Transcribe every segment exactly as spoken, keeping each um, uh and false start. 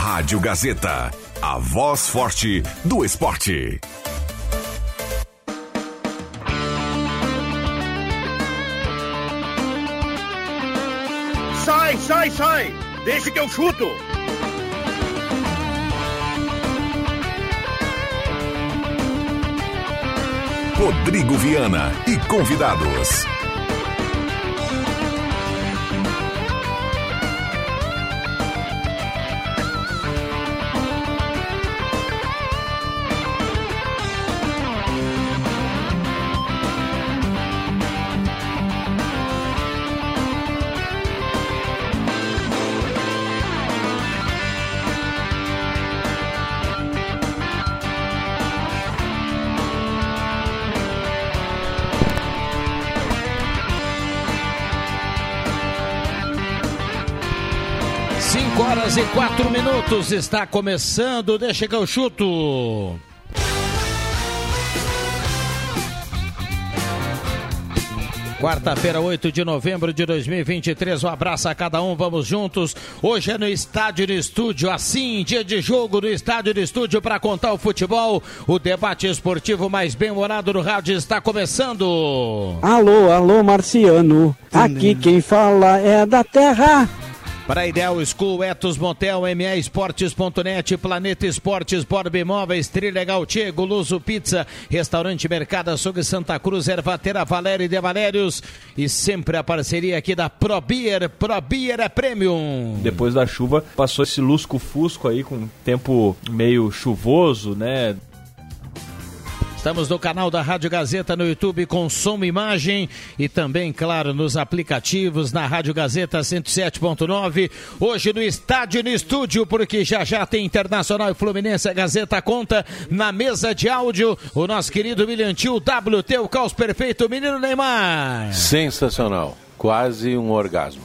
Rádio Gazeta, a voz forte do esporte. Sai, sai, sai! Deixa que eu chuto! Rodrigo Viana e convidados. cinco horas e quatro minutos, está começando, deixa que eu chuto. Quarta-feira, oito de novembro de dois mil e vinte e três, um abraço a cada um, vamos juntos. Hoje é no Estádio do Estúdio, assim, dia de jogo no Estádio do Estúdio para contar o futebol. O debate esportivo mais bem-humorado do rádio está começando. Alô, alô, Marciano, aqui quem fala é da Terra. Para Ideal School, Etos Motel, M E Esportes ponto net, Planeta Esportes, Borb Imóveis, Trilegal Tchê, Guluso Pizza, Restaurante Mercado Açougue Santa Cruz, Ervatera Valério de Valérios e sempre a parceria aqui da ProBeer. ProBeer é Premium. Depois da chuva, passou esse lusco-fusco aí com tempo meio chuvoso, né? Estamos no canal da Rádio Gazeta no YouTube com som e imagem e também, claro, nos aplicativos na Rádio Gazeta cento e sete ponto nove. Hoje no estádio e no estúdio, porque já já tem Internacional e Fluminense, a Gazeta conta na mesa de áudio. O nosso querido Milhantil, W T, o caos perfeito, menino Neymar. Sensacional, quase um orgasmo.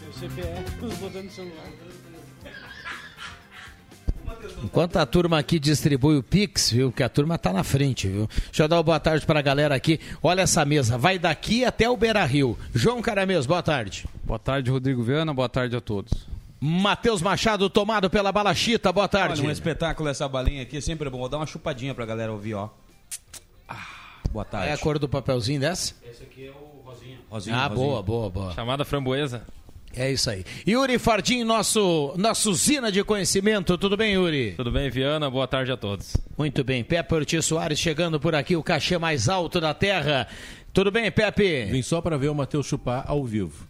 Enquanto a turma aqui distribui o Pix, viu, que a turma tá na frente, viu. Deixa eu dar uma boa tarde pra galera aqui. Olha essa mesa, vai daqui até o Beira-Rio. João Caramês, boa tarde. Boa tarde, Rodrigo Viana, boa tarde a todos. Matheus Machado, tomado pela bala chita, boa tarde. Olha, um espetáculo essa balinha aqui, sempre é bom. Vou dar uma chupadinha pra galera ouvir, ó. Ah, boa tarde. É a cor do papelzinho dessa? Esse aqui é o rosinha. rosinha ah, rosinha. boa, boa, boa. Chamada framboesa. É isso aí. Yuri Fardim, nosso, nosso usina de conhecimento. Tudo bem, Yuri? Tudo bem, Viana? Boa tarde a todos. Muito bem. Pepe Ortiz Soares chegando por aqui, o cachê mais alto da terra. Tudo bem, Pepe? Vim só para ver o Matheus chupar ao vivo.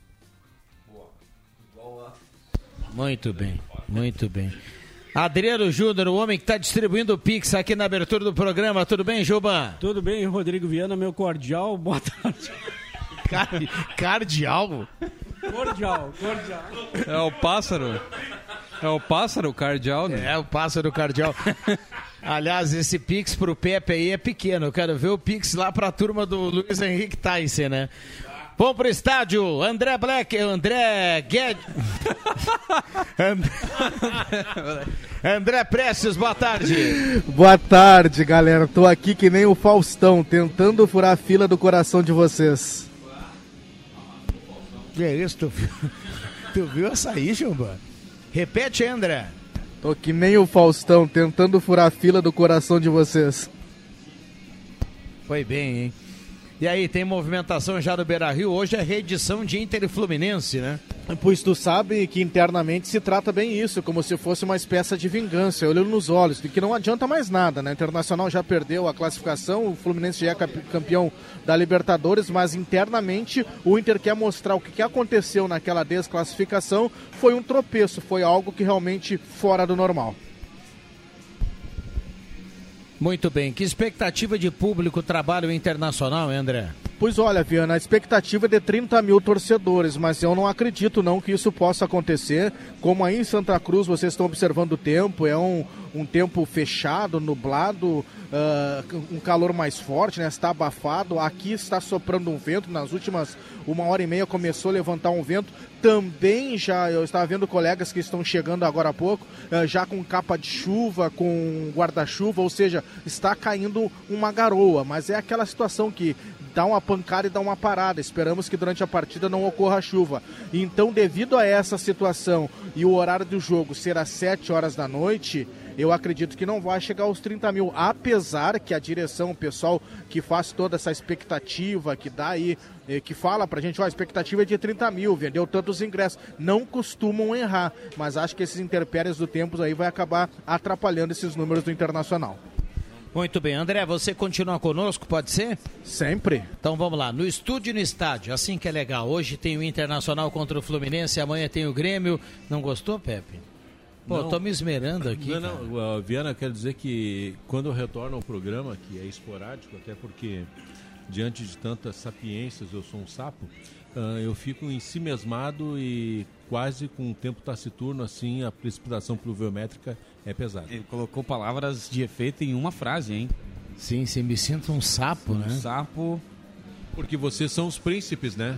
Muito bem, muito bem. Adriano Júnior, o homem que está distribuindo o Pix aqui na abertura do programa. Tudo bem, Juba? Tudo bem, Rodrigo Viana, meu cordial, boa tarde. Car... Cardial? Cordial, cordial. É o pássaro? É o pássaro cardial, né? É o pássaro cardial. Aliás, esse Pix pro Pepe aí é pequeno. Eu quero ver o Pix lá pra turma do Luiz Henrique Tyson, né? Vamos pro estádio. André Black, André Guedes. André... André Prestes, boa tarde. Boa tarde, galera. Tô aqui que nem o Faustão, tentando furar a fila do coração de vocês. Que é isso? Tu viu, tu viu essa aí, Jumba? Repete, André. Tô que nem o Faustão, tentando furar a fila do coração de vocês. Foi bem, hein? E aí, tem movimentação já no Beira-Rio. Hoje é reedição de Inter e Fluminense, né? Pois tu sabe que internamente se trata bem isso, como se fosse uma espécie de vingança, olhando nos olhos, que não adianta mais nada, né? O Internacional já perdeu a classificação, o Fluminense já é campeão da Libertadores, mas internamente o Inter quer mostrar o que aconteceu naquela desclassificação. Foi um tropeço, foi algo que realmente fora do normal. Muito bem. Que expectativa de público trabalha o Internacional, André? Pois olha, Viana, a expectativa é de trinta mil torcedores, mas eu não acredito não que isso possa acontecer. Como aí em Santa Cruz vocês estão observando o tempo, é um, um tempo fechado, nublado, uh, um calor mais forte, né? Está abafado. Aqui está soprando um vento, nas últimas uma hora e meia começou a levantar um vento. Também já, eu estava vendo colegas que estão chegando agora há pouco, uh, já com capa de chuva, com guarda-chuva, ou seja, está caindo uma garoa, mas é aquela situação que dá uma pancada e dá uma parada. Esperamos que durante a partida não ocorra chuva. Então, devido a essa situação e o horário do jogo ser às sete horas da noite, eu acredito que não vai chegar aos trinta mil, apesar que a direção, o pessoal que faz toda essa expectativa, que dá aí, que fala pra gente, ó, a expectativa é de trinta mil, vendeu tantos ingressos, não costumam errar, mas acho que esses intempéries do tempo aí vai acabar atrapalhando esses números do Internacional. Muito bem, André, você continua conosco, pode ser? Sempre. Então vamos lá, no estúdio e no estádio, assim que é legal. Hoje tem o Internacional contra o Fluminense, amanhã tem o Grêmio. Não gostou, Pepe? Pô, não, tô me esmerando aqui. Não, não, uh, Viana, quer dizer que quando eu retorno ao programa, que é esporádico, até porque diante de tantas sapiências eu sou um sapo, uh, eu fico ensimesmado e quase com um tempo taciturno, assim, a precipitação pluviométrica é pesada. Ele colocou palavras de efeito em uma frase, hein? Sim, sim, me sinto um sapo, um né? Um sapo. Porque vocês são os príncipes, né?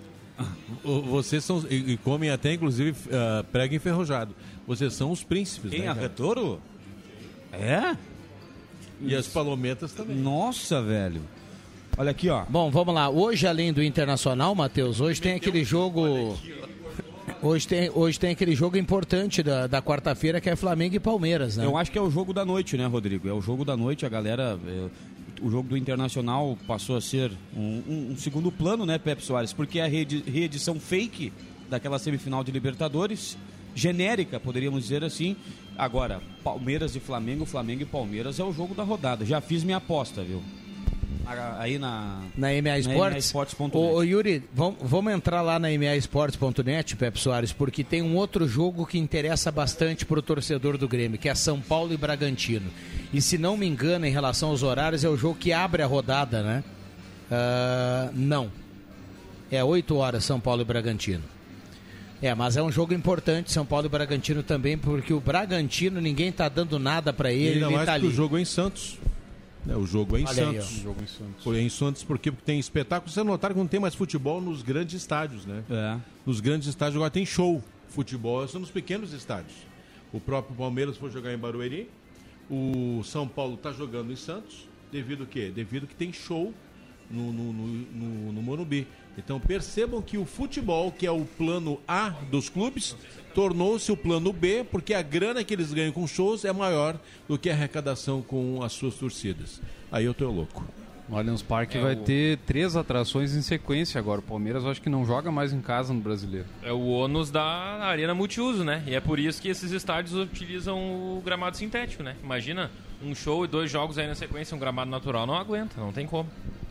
Vocês são, e, e comem até, inclusive, uh, prego enferrujado. Vocês são os príncipes, Quem, né? Quem, Arretoro? É? E as palometas também. Nossa, velho. Olha aqui, ó. Bom, vamos lá. Hoje, além do Internacional, Matheus, hoje tem aquele jogo... Hoje tem, hoje tem aquele jogo importante da, da quarta-feira, que é Flamengo e Palmeiras, né? Eu acho que é o jogo da noite, né, Rodrigo? É o jogo da noite, a galera... É... O jogo do Internacional passou a ser um, um, um segundo plano, né, Pepe Soares? Porque é a reedi- reedição fake daquela semifinal de Libertadores, genérica, poderíamos dizer assim. Agora, Palmeiras e Flamengo, Flamengo e Palmeiras é o jogo da rodada. Já fiz minha aposta, viu? Aí na... Na M A Sports? Ô, Yuri, vamos, vamos entrar lá na M A Sports ponto net, Pepe Soares, porque tem um outro jogo que interessa bastante para o torcedor do Grêmio, que é São Paulo e Bragantino. E se não me engano, em relação aos horários, é o jogo que abre a rodada, né? Uh, não. É oito horas, São Paulo e Bragantino. É, mas é um jogo importante, São Paulo e Bragantino também, porque o Bragantino, ninguém tá dando nada para ele, ainda ele mais tá que ali. O jogo é em Santos. É, o jogo é em Olha Santos. Aí, o jogo é em Santos. Foi em Santos porque, porque tem espetáculo. Vocês notaram que não tem mais futebol nos grandes estádios, né? É. Nos grandes estádios agora tem show. Futebol são nos pequenos estádios. O próprio Palmeiras foi jogar em Barueri. O São Paulo está jogando em Santos. Devido ao quê? Devido que tem show no, no, no, no, no Morumbi. Então percebam que o futebol, que é o plano A dos clubes, tornou-se o plano B, porque a grana que eles ganham com shows é maior do que a arrecadação com as suas torcidas. Aí eu tô louco. O Allianz Parque É vai o- ter três atrações em sequência agora. O Palmeiras eu acho que não joga mais em casa no Brasileiro. É o ônus da arena multiuso, né? E é por isso que esses estádios utilizam o gramado sintético, né? Imagina um show e dois jogos aí na sequência, um gramado natural não aguenta, não tem como.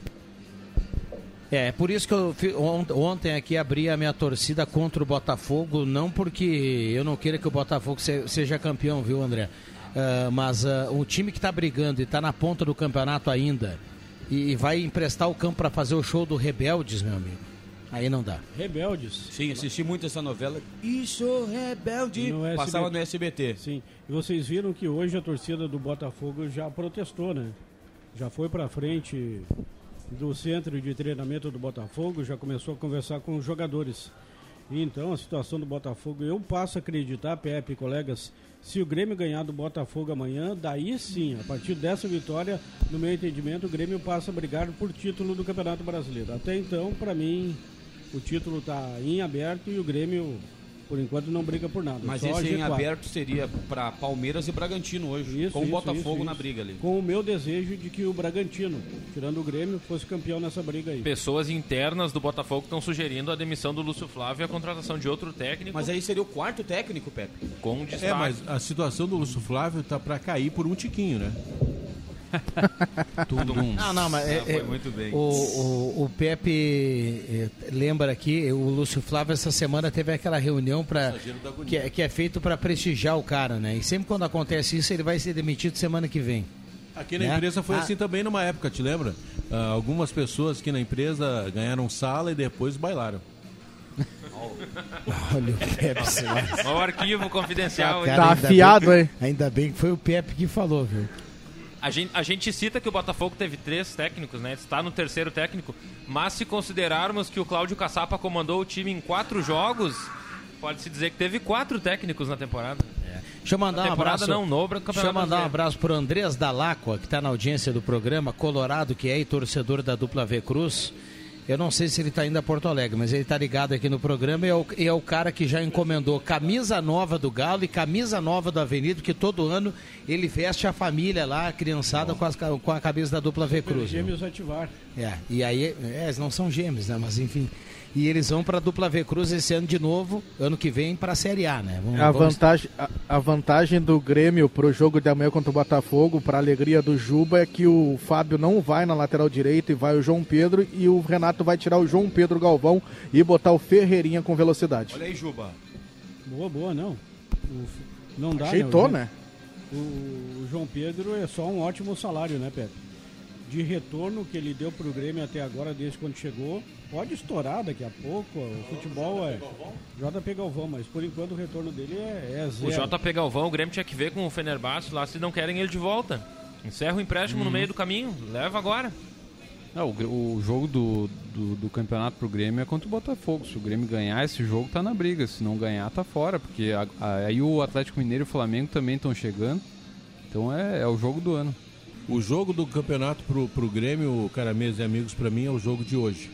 É, por isso que eu fi- ont- ontem aqui abri a minha torcida contra o Botafogo, não porque eu não queira que o Botafogo se- seja campeão, viu, André? Ah, mas ah, o time que está brigando e está na ponta do campeonato ainda e, e vai emprestar o campo para fazer o show do Rebeldes, meu amigo, aí não dá. Rebeldes. Sim, assisti muito essa novela. Isso, Rebelde. No S B T. Passava no S B T. Sim. E vocês viram que hoje a torcida do Botafogo já protestou, né? Já foi pra frente do centro de treinamento do Botafogo, já começou a conversar com os jogadores. E então a situação do Botafogo, eu passo a acreditar, Pepe e colegas, se o Grêmio ganhar do Botafogo amanhã, daí sim, a partir dessa vitória, no meu entendimento, o Grêmio passa a brigar por título do Campeonato Brasileiro. Até então, pra mim, o título está em aberto e o Grêmio, por enquanto, não briga por nada. Mas só esse G em quatro. aberto seria para Palmeiras e Bragantino hoje, Isso, com o isso, Botafogo isso, na isso. briga ali. Com o meu desejo de que o Bragantino, tirando o Grêmio, fosse campeão nessa briga aí. Pessoas internas do Botafogo estão sugerindo a demissão do Lúcio Flávio e a contratação de outro técnico. Mas aí seria o quarto técnico, Pepe. Com destaque. É, mas a situação do Lúcio Flávio tá para cair por um tiquinho, né? Tudo Não, não, mas é, Ah, foi é, muito bem. O, o, o Pepe é, lembra aqui, o Lúcio Flávio essa semana teve aquela reunião para que, é- que é feito para prestigiar o cara, né? E sempre quando acontece isso, ele vai ser demitido semana que vem. Aqui na Né? empresa foi Ah. assim também numa época, te lembra? Ah, algumas pessoas aqui na empresa ganharam sala e depois bailaram. Olha o Pepe Soares. Olha o arquivo confidencial. Cara, hein? Tá ainda afiado, bem- hein? Ainda bem que foi o Pepe que falou, viu? A gente, a gente cita que o Botafogo teve três técnicos, né? Está no terceiro técnico. Mas se considerarmos que o Cláudio Caçapa comandou o time em quatro jogos, pode-se dizer que teve quatro técnicos na temporada. Deixa eu mandar um abraço. Não, no Deixa eu mandar um abraço pro Andrés Dalacqua, que está na audiência do programa, colorado que é e torcedor da dupla V Cruz. Eu não sei se ele está indo a Porto Alegre, mas ele está ligado aqui no programa e é, o, e é o cara que já encomendou camisa nova do Galo e camisa nova do Avenida, que todo ano ele veste a família lá, a criançada, com, as, com a camisa da dupla V Cruz. Gêmeos ativar. É, e aí, é, eles não são gêmeos, né? Mas enfim. E eles vão para a dupla V Cruz esse ano de novo, ano que vem para a Série A, né? Vamos, a, vamos... Vantagem, a, a vantagem do Grêmio pro jogo de amanhã contra o Botafogo, para alegria do Juba, é que o Fábio não vai na lateral direita e vai o João Pedro, e o Renato vai tirar o João Pedro Galvão e botar o Ferreirinha com velocidade. Olha aí, Juba. Boa, boa, não. O, não dá, Ajeitou, né? né? O, o João Pedro é só um ótimo salário, né, Pedro? De retorno que ele deu pro Grêmio até agora, desde quando chegou, pode estourar daqui a pouco. O futebol é J P Galvão, mas por enquanto o retorno dele é, é zero. O J P Galvão, o Grêmio tinha que ver com o Fenerbahçe lá se não querem ele de volta. Encerra o empréstimo hum. no meio do caminho, leva agora. Não, o, o jogo do, do, do campeonato pro Grêmio é contra o Botafogo. Se o Grêmio ganhar esse jogo, tá na briga. Se não ganhar, tá fora. Porque a, a, aí o Atlético Mineiro e o Flamengo também estão chegando. Então é, é o jogo do ano. O jogo do campeonato pro, pro Grêmio, Caramês e amigos, pra mim é o jogo de hoje.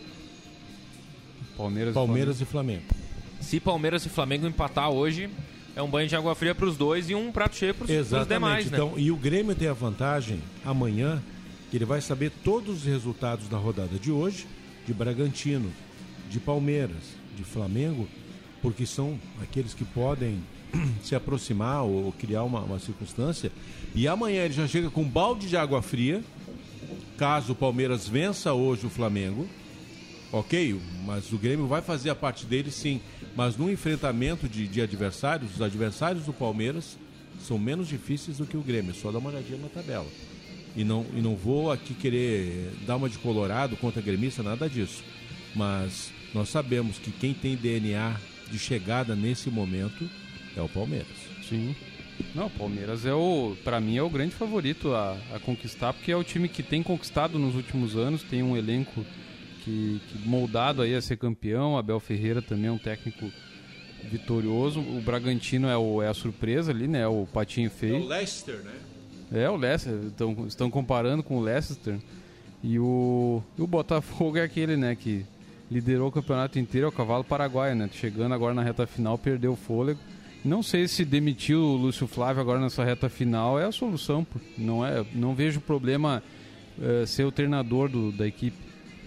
Palmeiras, Palmeiras e Flamengo. e Flamengo. Se Palmeiras e Flamengo empatar hoje, é um banho de água fria pros dois e um prato cheio pros, pros demais, né? Então, e o Grêmio tem a vantagem, amanhã, que ele vai saber todos os resultados da rodada de hoje, de Bragantino, de Palmeiras, de Flamengo, porque são aqueles que podem se aproximar ou criar uma, uma circunstância. E amanhã ele já chega com um balde de água fria, caso o Palmeiras vença hoje o Flamengo, ok? Mas o Grêmio vai fazer a parte dele, sim. Mas no enfrentamento de, de adversários, os adversários do Palmeiras são menos difíceis do que o Grêmio. Só dá uma olhadinha na tabela. E não, e não vou aqui querer dar uma de colorado contra gremista, nada disso. Mas nós sabemos que quem tem D N A de chegada nesse momento é o Palmeiras. Sim. Não, o Palmeiras é o, pra mim, é o grande favorito a, a conquistar, porque é o time que tem conquistado nos últimos anos, tem um elenco que, que moldado aí a ser campeão. Abel Ferreira também é um técnico vitorioso. O Bragantino é, o, é a surpresa ali, né? O patinho feio. É o Leicester, né? É, o Leicester. Estão, estão comparando com o Leicester. E o, e o Botafogo é aquele, né, que liderou o campeonato inteiro, é o cavalo paraguaio, né? Chegando agora na reta final, perdeu o fôlego. Não sei se demitir o Lúcio Flávio agora nessa reta final é a solução. Não, é, não vejo problema é, ser o treinador do, da equipe.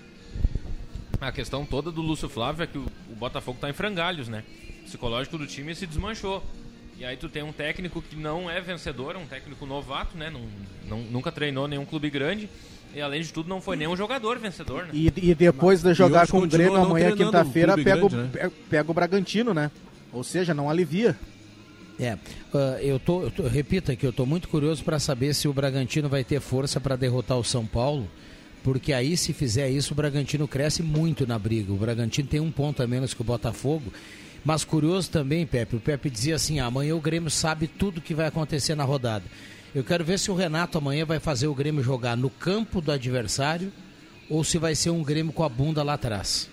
A questão toda do Lúcio Flávio é que o, o Botafogo está em frangalhos, né? O psicológico do time se desmanchou. E aí tu tem um técnico que não é vencedor, um técnico novato, né? Não, não, nunca treinou nenhum clube grande. E além de tudo não foi nenhum jogador vencedor, né? E, e depois de jogar com o Grêmio amanhã, quinta-feira, um pega, grande, né? pega o Bragantino, né? Ou seja, não alivia. É, uh, eu, tô, eu tô, repito aqui, eu tô muito curioso para saber se o Bragantino vai ter força para derrotar o São Paulo, porque aí se fizer isso o Bragantino cresce muito na briga. O Bragantino tem um ponto a menos que o Botafogo, mas curioso também, Pepe, o Pepe dizia assim, ah, amanhã o Grêmio sabe tudo que vai acontecer na rodada. Eu quero ver se o Renato amanhã vai fazer o Grêmio jogar no campo do adversário ou se vai ser um Grêmio com a bunda lá atrás.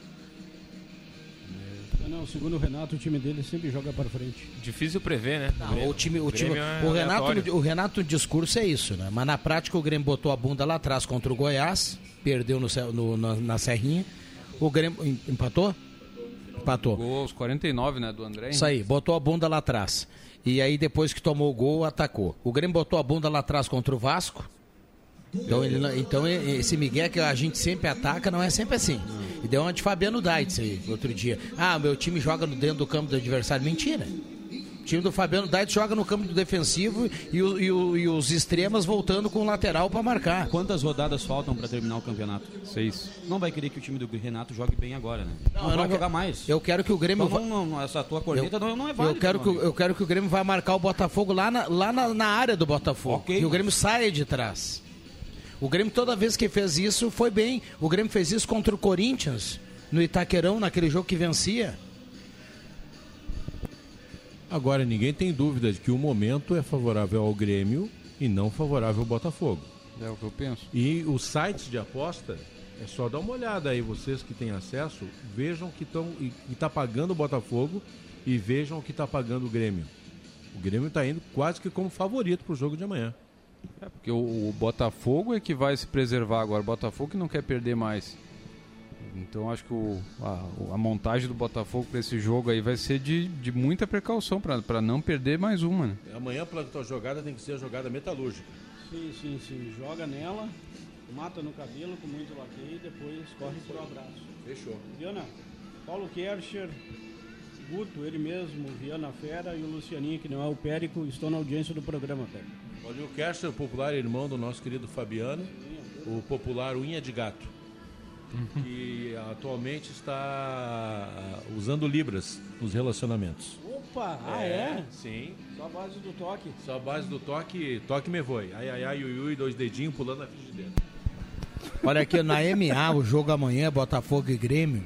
Não, segundo o Renato, o time dele sempre joga para frente. Difícil prever, né? Não, o, o time, o, time, é o, Renato, o Renato, o discurso é isso, né? Mas na prática o Grêmio botou a bunda lá atrás contra o Goiás, perdeu no, no, na, na Serrinha. O Grêmio empatou? Empatou. Gol aos quarenta e nove, né, do André. Isso aí, botou a bunda lá atrás. E aí depois que tomou o gol, atacou. O Grêmio botou a bunda lá atrás contra o Vasco. Então, ele, então esse Miguel que a gente sempre ataca não é sempre assim. E deu uma de Fabiano Daitz aí, outro dia. Ah, meu time joga dentro do campo do adversário. Mentira. O time do Fabiano Daitz joga no campo do defensivo e, o, e, o, e os extremas voltando com o lateral para marcar. Quantas rodadas faltam para terminar o campeonato? Seis. Não vai querer que o time do Renato jogue bem agora, né? Não, não eu vai não jogar mais. Eu quero que o Grêmio... Então, não, não, essa tua corneta eu, não, não é válida. Eu quero, que, eu quero que o Grêmio vá marcar o Botafogo lá na, lá na, na área do Botafogo. Okay, que o Grêmio saia de trás. O Grêmio, toda vez que fez isso, foi bem. O Grêmio fez isso contra o Corinthians, no Itaquerão, naquele jogo que vencia. Agora, ninguém tem dúvida de que o momento é favorável ao Grêmio e não favorável ao Botafogo. É o que eu penso. E os sites de aposta, é só dar uma olhada aí, vocês que têm acesso, vejam que está pagando o Botafogo e vejam o que está pagando o Grêmio. O Grêmio está indo quase que como favorito para o jogo de amanhã. É porque o, o Botafogo é que vai se preservar agora. O Botafogo que não quer perder mais. Então acho que o, a, a montagem do Botafogo para esse jogo aí vai ser de, de muita precaução para não perder mais uma. Né? Amanhã a tua jogada tem que ser a jogada metalúrgica. Sim, sim, sim. Joga nela, mata no cabelo com muito laqueio e depois corre pro abraço. Fechou. Viana, Paulo Kercher, Guto, ele mesmo, Viana Fera e o Lucianinho, que não é o Périco, estão na audiência do programa, Périco. Olha o Kercher, o popular irmão do nosso querido Fabiano, o popular Unha de Gato, que atualmente está usando libras nos relacionamentos. Opa, ah é? Sim. Só a base do toque. Só a base do toque, toque me voe. Ai, ai, ai, ui, ui, dois dedinhos pulando na frigideira. Olha aqui, na M A, o jogo amanhã, Botafogo e Grêmio.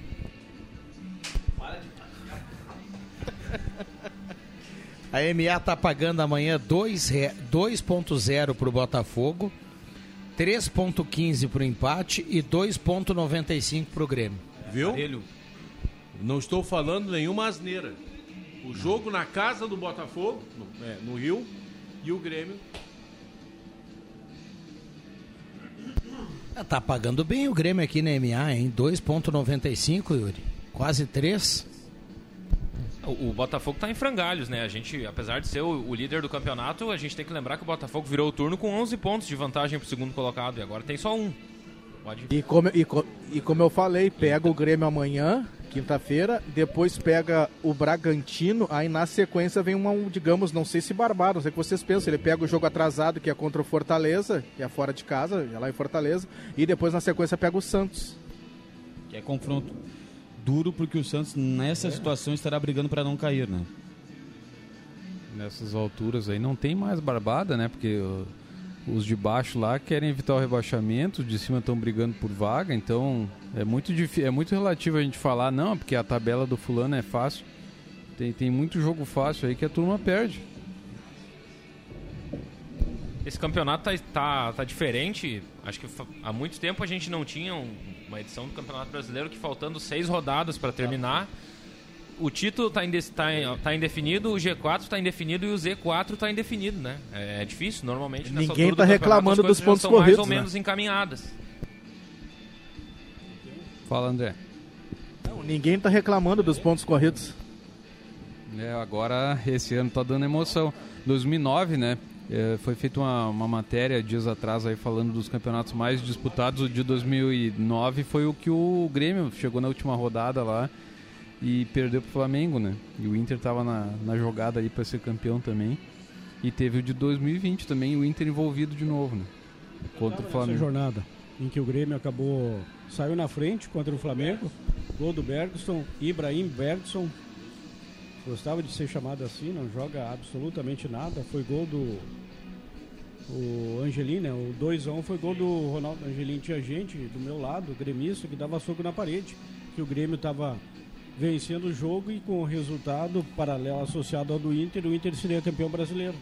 A M A tá pagando amanhã dois ponto zero pro Botafogo, três ponto quinze pro empate e dois ponto noventa e cinco pro Grêmio. Viu? Não estou falando nenhuma asneira. O jogo na casa do Botafogo, no, é, no Rio, e o Grêmio. Tá pagando bem o Grêmio aqui na M A, hein? dois ponto noventa e cinco, Yuri. Quase três. O, o Botafogo tá em frangalhos, né? A gente, apesar de ser o, o líder do campeonato, a gente tem que lembrar que o Botafogo virou o turno com onze pontos de vantagem pro segundo colocado e agora tem só um. Pode... E, como, e, e como eu falei, pega o Grêmio amanhã, quinta-feira, depois pega o Bragantino, aí na sequência vem uma, digamos, não sei se barbado, não sei o que vocês pensam, ele pega o jogo atrasado, que é contra o Fortaleza, que é fora de casa, é lá em Fortaleza, e depois na sequência pega o Santos. Que é confronto duro, porque o Santos nessa é. situação estará brigando para não cair, né? Nessas alturas aí não tem mais barbada, né? Porque uh, os de baixo lá querem evitar o rebaixamento, os de cima estão brigando por vaga, então é muito difícil, é muito relativo a gente falar, não, porque a tabela do fulano é fácil. Tem, tem muito jogo fácil aí que a turma perde. Esse campeonato tá, tá, tá diferente. Acho que há muito tempo a gente não tinha um, uma edição do Campeonato Brasileiro que faltando seis rodadas para terminar. O título está tá, tá indefinido, o G quatro está indefinido e o Z quatro está indefinido, né? É, é difícil, normalmente nessa Ninguém altura tá reclamando dos pontos são corridos, mais ou né? menos encaminhadas. Fala, André. Não, ninguém está reclamando dos pontos corridos. É, agora esse ano tá dando emoção. dois mil e nove, né? É, foi feita uma, uma matéria dias atrás aí falando dos campeonatos mais disputados. O de dois mil e nove foi o que o Grêmio chegou na última rodada lá e perdeu pro Flamengo, né? E o Inter tava na, na jogada aí para ser campeão também. E teve o de dois mil e vinte também, o Inter envolvido de novo, né? Contra o Flamengo. Essa jornada em que o Grêmio acabou, saiu na frente contra o Flamengo, gol do Bergson, Ibrahim Bergson. Gostava de ser chamado assim, não joga absolutamente nada. Foi gol do o Angelim, né? O dois a um foi gol do Ronaldo Angelim. Tinha gente do meu lado, gremista, que dava soco na parede, que o Grêmio estava vencendo o jogo e com o resultado paralelo associado ao do Inter, o Inter seria campeão brasileiro.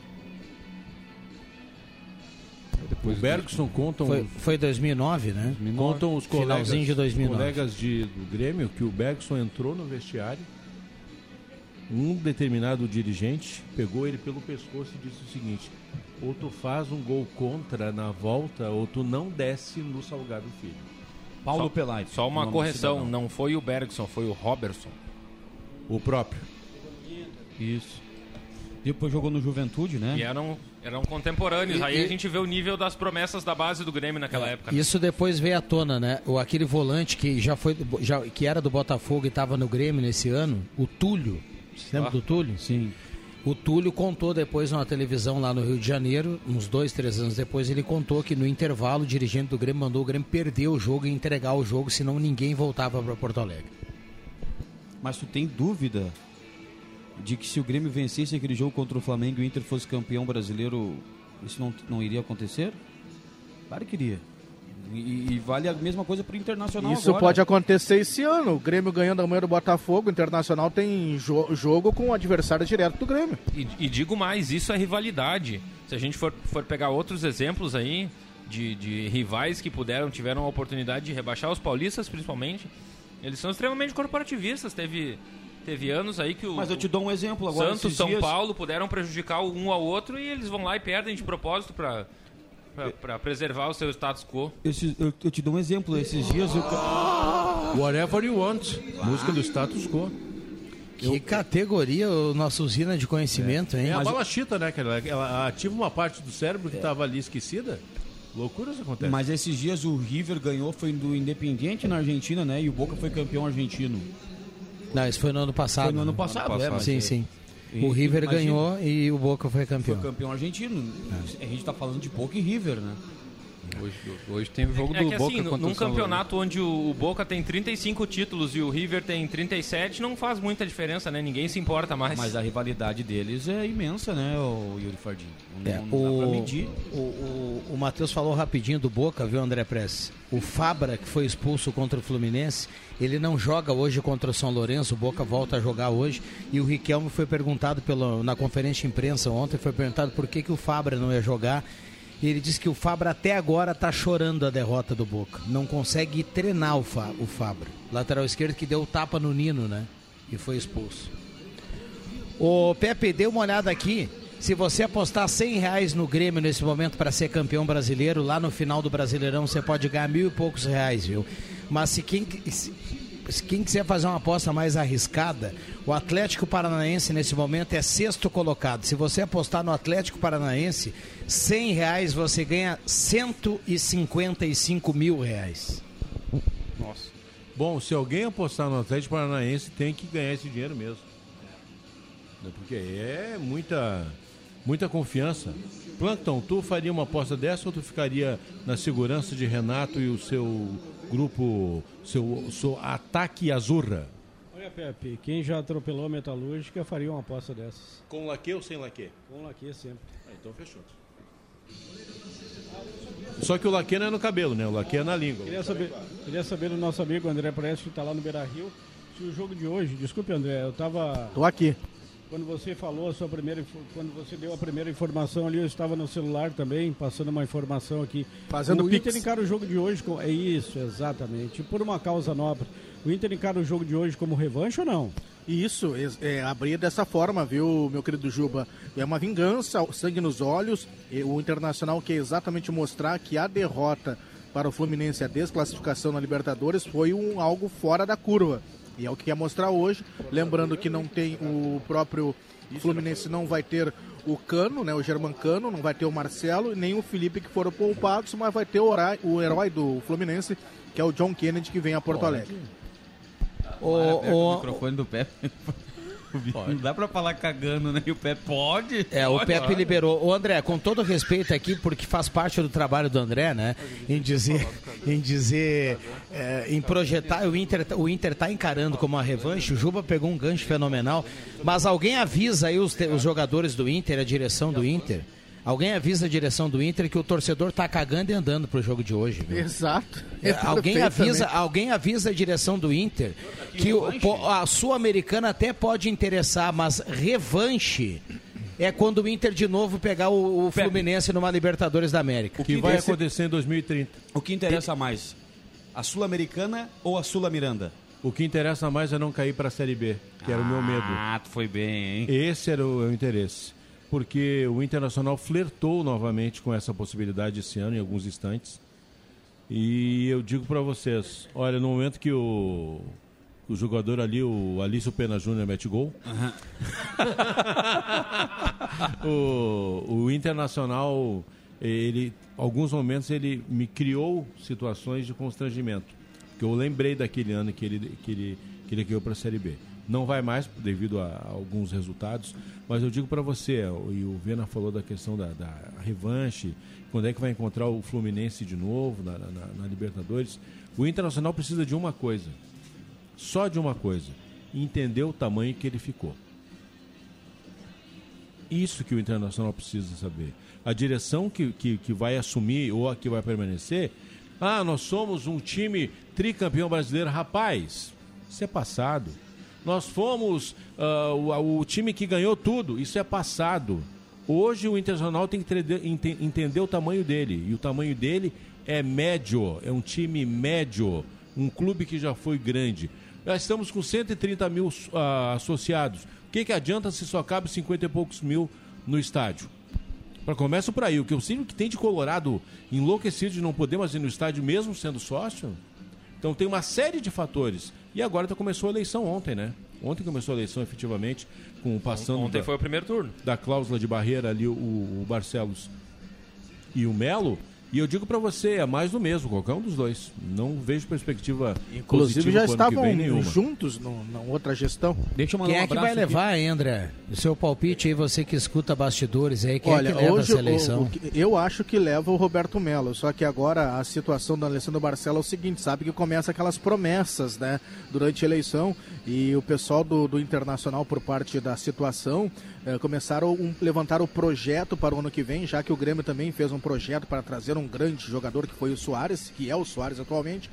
Depois o Bergson contam... Foi, foi dois mil e nove, né? dois mil e nove. Contam os colegas, finalzinho de dois mil e nove. colegas de, do Grêmio que o Bergson entrou no vestiário. Um determinado dirigente pegou ele pelo pescoço e disse o seguinte: ou tu faz um gol contra na volta, ou tu não desce no Salgado Filho. Paulo só, Pelaide. Só uma correção, não foi o Bergson, foi o Robertson. O próprio. Isso. Depois jogou no Juventude, né? E eram, eram contemporâneos. E, Aí e... a gente vê o nível das promessas da base do Grêmio naquela é, época. Isso depois veio à tona, né? O, aquele volante que já foi já, que era do Botafogo e estava no Grêmio nesse ano, o Túlio. Você lembra ah, do Túlio? Sim. O Túlio contou depois numa televisão lá no Rio de Janeiro, uns dois, três anos depois, ele contou que no intervalo o dirigente do Grêmio mandou o Grêmio perder o jogo e entregar o jogo, senão ninguém voltava para Porto Alegre. Mas tu tem dúvida de que se o Grêmio vencesse aquele jogo contra o Flamengo e o Inter fosse campeão brasileiro, isso não, não iria acontecer? Claro que iria. E, e vale a mesma coisa para o Internacional. Isso agora. Pode acontecer esse ano. O Grêmio ganhando amanhã do Botafogo, o Internacional tem jo- jogo com o adversário direto do Grêmio. E, e digo mais, isso é rivalidade. Se a gente for, for pegar outros exemplos aí de, de rivais que puderam, tiveram a oportunidade de rebaixar os paulistas, principalmente, eles são extremamente corporativistas. Teve Teve anos aí que o... Mas eu te dou um exemplo agora. Santos, São dias... Paulo puderam prejudicar um ao outro e eles vão lá e perdem de propósito para para preservar o seu status quo. Esse, eu, eu te dou um exemplo. Esses dias eu... Whatever you want. Música do status quo. Que categoria o nosso usina de conhecimento, é. hein? É a Mas... balachita, né? Ela, ela ativa uma parte do cérebro que estava é. ali esquecida. Loucuras acontecem. Mas esses dias o River ganhou, foi do Independiente na Argentina, né? E o Boca foi campeão argentino. Não, isso foi no ano passado. Foi no ano passado, ano passado. É, mas sim, é. sim. O River imagina, ganhou e o Boca foi campeão. Foi campeão argentino. É. A gente tá falando de Boca e River, né? Hoje, hoje tem o jogo é, do é que, Boca assim, contra num o São campeonato onde o Boca tem trinta e cinco títulos e o River tem trinta e sete, não faz muita diferença, né? Ninguém se importa mais. Mas a rivalidade deles é imensa, né, o Yuri Fardim? Não, é, não o, dá pra medir. O, o, o Matheus falou rapidinho do Boca, viu, André Press? O Fabra, que foi expulso contra o Fluminense, ele não joga hoje contra o São Lourenço, o Boca volta a jogar hoje, e o Riquelme foi perguntado pelo, na conferência de imprensa ontem, foi perguntado por que, que o Fabra não ia jogar. E ele disse que o Fabra até agora está chorando a derrota do Boca. Não consegue treinar o, Fa, o Fabra. Lateral esquerdo que deu tapa no Nino, né? E foi expulso. Ô Pepe, dê uma olhada aqui. Se você apostar cem reais no Grêmio nesse momento para ser campeão brasileiro, lá no final do Brasileirão você pode ganhar mil e poucos reais, viu? Mas se quem... Se... Quem quiser fazer uma aposta mais arriscada, o Atlético Paranaense nesse momento é sexto colocado. Se você apostar no Atlético Paranaense, cem reais você ganha cento e cinquenta e cinco mil reais. Nossa. Bom, se alguém apostar no Atlético Paranaense, tem que ganhar esse dinheiro mesmo. Porque é muita, muita confiança. Plankton, tu faria uma aposta dessa ou tu ficaria na segurança de Renato e o seu grupo, seu, seu ataque azurra? Olha, Pepe, quem já atropelou a Metalúrgica faria uma aposta dessas. Com laque ou sem laque? Com laque sempre. Ah, então fechou. Só que o laque não é no cabelo, né? O laque é na língua. Queria saber, queria saber do nosso amigo André Prestes, que está lá no Beira-Rio, se o jogo de hoje... Desculpe, André, eu estava... Tô aqui. Quando você falou a sua primeira, quando você deu a primeira informação ali, eu estava no celular também, passando uma informação aqui. Fazendo o pix. Inter encara o jogo de hoje com... É isso, exatamente. Por uma causa nobre. O Inter encara o jogo de hoje como revanche ou não? Isso, é, abrir dessa forma, viu, meu querido Juba? É uma vingança, sangue nos olhos. O Internacional quer exatamente mostrar que a derrota para o Fluminense, a desclassificação na Libertadores, foi um, algo fora da curva. E é o que quer mostrar hoje, lembrando que não tem o próprio Fluminense, não vai ter o Cano, né, o Germancano, não vai ter o Marcelo, nem o Felipe, que foram poupados, mas vai ter o, orai, o herói do Fluminense, que é o John Kennedy, que vem a Porto Alegre. O, o, o microfone do Pepe. Não dá pra falar cagando, né? E o Pepe pode. É, pode, o Pepe pode. liberou. O André, com todo respeito aqui, porque faz parte do trabalho do André, né? Em dizer, em dizer, é, em projetar, o Inter, o Inter tá encarando como uma revanche. O Juba pegou um gancho fenomenal. Mas alguém avisa aí os, os jogadores do Inter, a direção do Inter. Alguém avisa a direção do Inter que o torcedor tá cagando e andando pro jogo de hoje. Viu? Exato. É, alguém, avisa, alguém avisa a direção do Inter que o, a Sul-Americana até pode interessar, mas revanche é quando o Inter de novo pegar o, o Fluminense numa Libertadores da América. O que, que vai acontecer em dois mil e trinta. O que interessa mais? A Sul-Americana ou a Sula-Miranda? O que interessa mais é não cair para a Série B, que era o meu medo. Ah, tu foi bem, hein? Esse era o, o interesse. Porque o Internacional flertou novamente com essa possibilidade esse ano, em alguns instantes. E eu digo para vocês, olha, no momento que o, o jogador ali, o Alício Pena Júnior, mete gol, uhum. o, o Internacional, ele, alguns momentos ele me criou situações de constrangimento. Porque eu lembrei daquele ano que ele, que ele, que ele criou para a Série B. Não vai mais devido a, a alguns resultados, mas eu digo para você, e o Vena falou da questão da, da revanche, quando é que vai encontrar o Fluminense de novo na, na, na Libertadores. O Internacional precisa de uma coisa, só de uma coisa, entender o tamanho que ele ficou. Isso que o Internacional precisa saber. A direção que, que, que vai assumir ou a que vai permanecer, ah, nós somos um time tricampeão brasileiro. Rapaz, isso é passado. Nós fomos uh, o, o time que ganhou tudo. Isso é passado. Hoje o Internacional tem que ente, entender o tamanho dele. E o tamanho dele é médio. É um time médio. Um clube que já foi grande. Já estamos com cento e trinta mil uh, associados. O que, que adianta se só cabe cinquenta e poucos mil no estádio? Para começo por aí. O que eu sinto que tem de colorado enlouquecido de não poder mais ir no estádio mesmo sendo sócio. Então tem uma série de fatores. E agora começou a eleição ontem, né? Ontem começou a eleição efetivamente, com passando Ontem da, foi o primeiro turno. Da cláusula de barreira ali, o, o Barcelos e o Melo. E eu digo para você, é mais do mesmo, qualquer um dos dois. Não vejo perspectiva Inclusive já estavam vem, juntos no, na outra gestão. Deixa eu mandar Quem um é que vai aqui. levar, hein, André? O seu palpite aí, você que escuta bastidores aí, quem Olha, é que leva hoje, essa eleição? O, o, eu acho que leva o Roberto Melo, só que agora a situação do Alessandro Barcelos é o seguinte, sabe que começa aquelas promessas, né, durante a eleição, e o pessoal do, do Internacional, por parte da situação, eh, começaram a levantar o projeto para o ano que vem, já que o Grêmio também fez um projeto para trazer um grande jogador que foi o Soares, que é o Soares atualmente.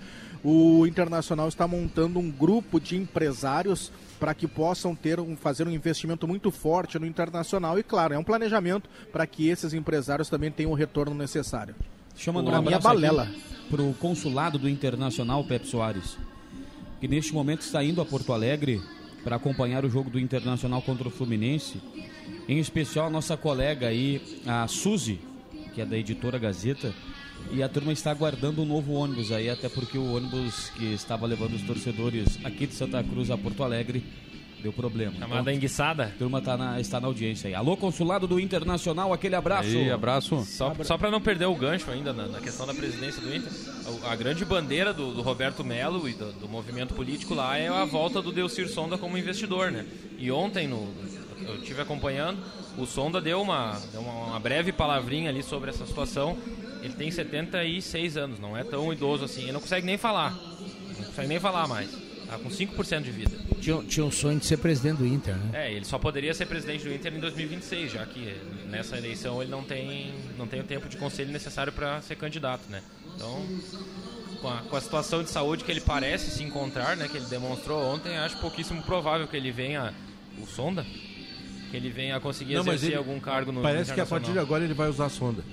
O Internacional está montando um grupo de empresários para que possam ter um, fazer um investimento muito forte no Internacional e, claro, é um planejamento para que esses empresários também tenham o retorno necessário. Deixa eu mandar um abraço para o consulado do Internacional, Pepe Soares, que neste momento está indo a Porto Alegre para acompanhar o jogo do Internacional contra o Fluminense. Em especial a nossa colega aí, a Suzy, que é da editora Gazeta, e a turma está aguardando um novo ônibus aí, até porque o ônibus que estava levando os torcedores aqui de Santa Cruz a Porto Alegre deu problema. Chamada então, enguiçada. A turma tá na, está na audiência aí. Alô, consulado do Internacional, aquele abraço. Aí, abraço. Só, só para não perder o gancho ainda na, na questão da presidência do Inter, a, a grande bandeira do, do Roberto Melo e do, do movimento político lá é a volta do Delcir Sonda como investidor, né? E ontem, no, eu estive acompanhando, o Sonda deu, uma, deu uma, uma breve palavrinha ali sobre essa situação. Ele tem setenta e seis anos, não é tão idoso assim, ele não consegue nem falar, não consegue nem falar mais, tá com cinco por cento de vida. Tinha, tinha um sonho de ser presidente do Inter, né? É, ele só poderia ser presidente do Inter em dois mil e vinte e seis, já que nessa eleição ele não tem, não tem o tempo de conselho necessário para ser candidato, né? Então, com a, com a situação de saúde que ele parece se encontrar, né, que ele demonstrou ontem, acho pouquíssimo provável que ele venha, o Sonda, que ele venha a conseguir não, exercer ele, algum cargo no parece que a partir de agora ele vai usar a sonda.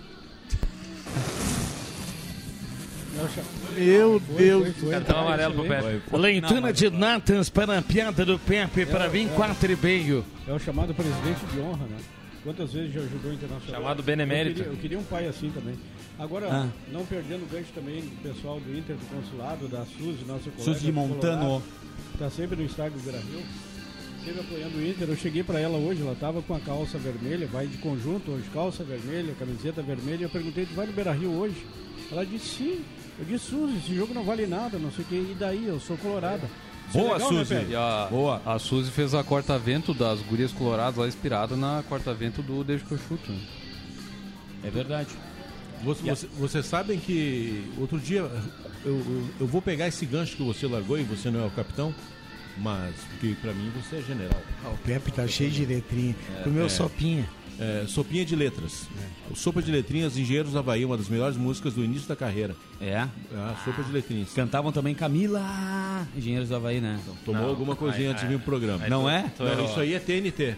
Meu Deus, cartão amarelo pro Pepe. Leitura de Natas para a piada do Pepe para vir quatro e meio. É o chamado presidente de honra, né? Quantas vezes já ajudou o Internacional? Chamado benemérito. Eu queria, eu queria um pai assim também. Agora, ah. não perdendo o gancho também do pessoal do Inter, do consulado, da Suzy, nosso colega. Suzy Montano. Está sempre no estádio do Beira-Rio. Esteve apoiando o Inter. Eu cheguei para ela hoje, ela estava com a calça vermelha, vai de conjunto hoje, calça vermelha, camiseta vermelha. Eu perguntei, tu vai no Beira-Rio hoje? Ela disse sim. Eu disse, Suzy, esse jogo não vale nada, não sei o que, e daí? Eu sou colorada. Isso Boa, é legal, Suzy. Né, e a, Boa. A Suzy fez a corta-vento das gurias coloradas lá, inspirada na corta-vento do Desde que eu chuto. Né? É verdade. Você, você, vocês sabem que outro dia eu, eu, eu vou pegar esse gancho que você largou e você não é o capitão, mas porque pra mim você é general. Ah, o Pepe tá cheio de letrinha. É, Comeu é. sopinha. É, sopinha de letras. É. Sopa de letrinhas, Engenheiros do Havaí, uma das melhores músicas do início da carreira. É? Ah, sopa de letrinhas. Cantavam também Camila, Engenheiros do Havaí, né? Então, tomou não, alguma coisinha ai, antes ai, de vir pro programa. Ai, não tô, é? Tô não, isso aí é T N T.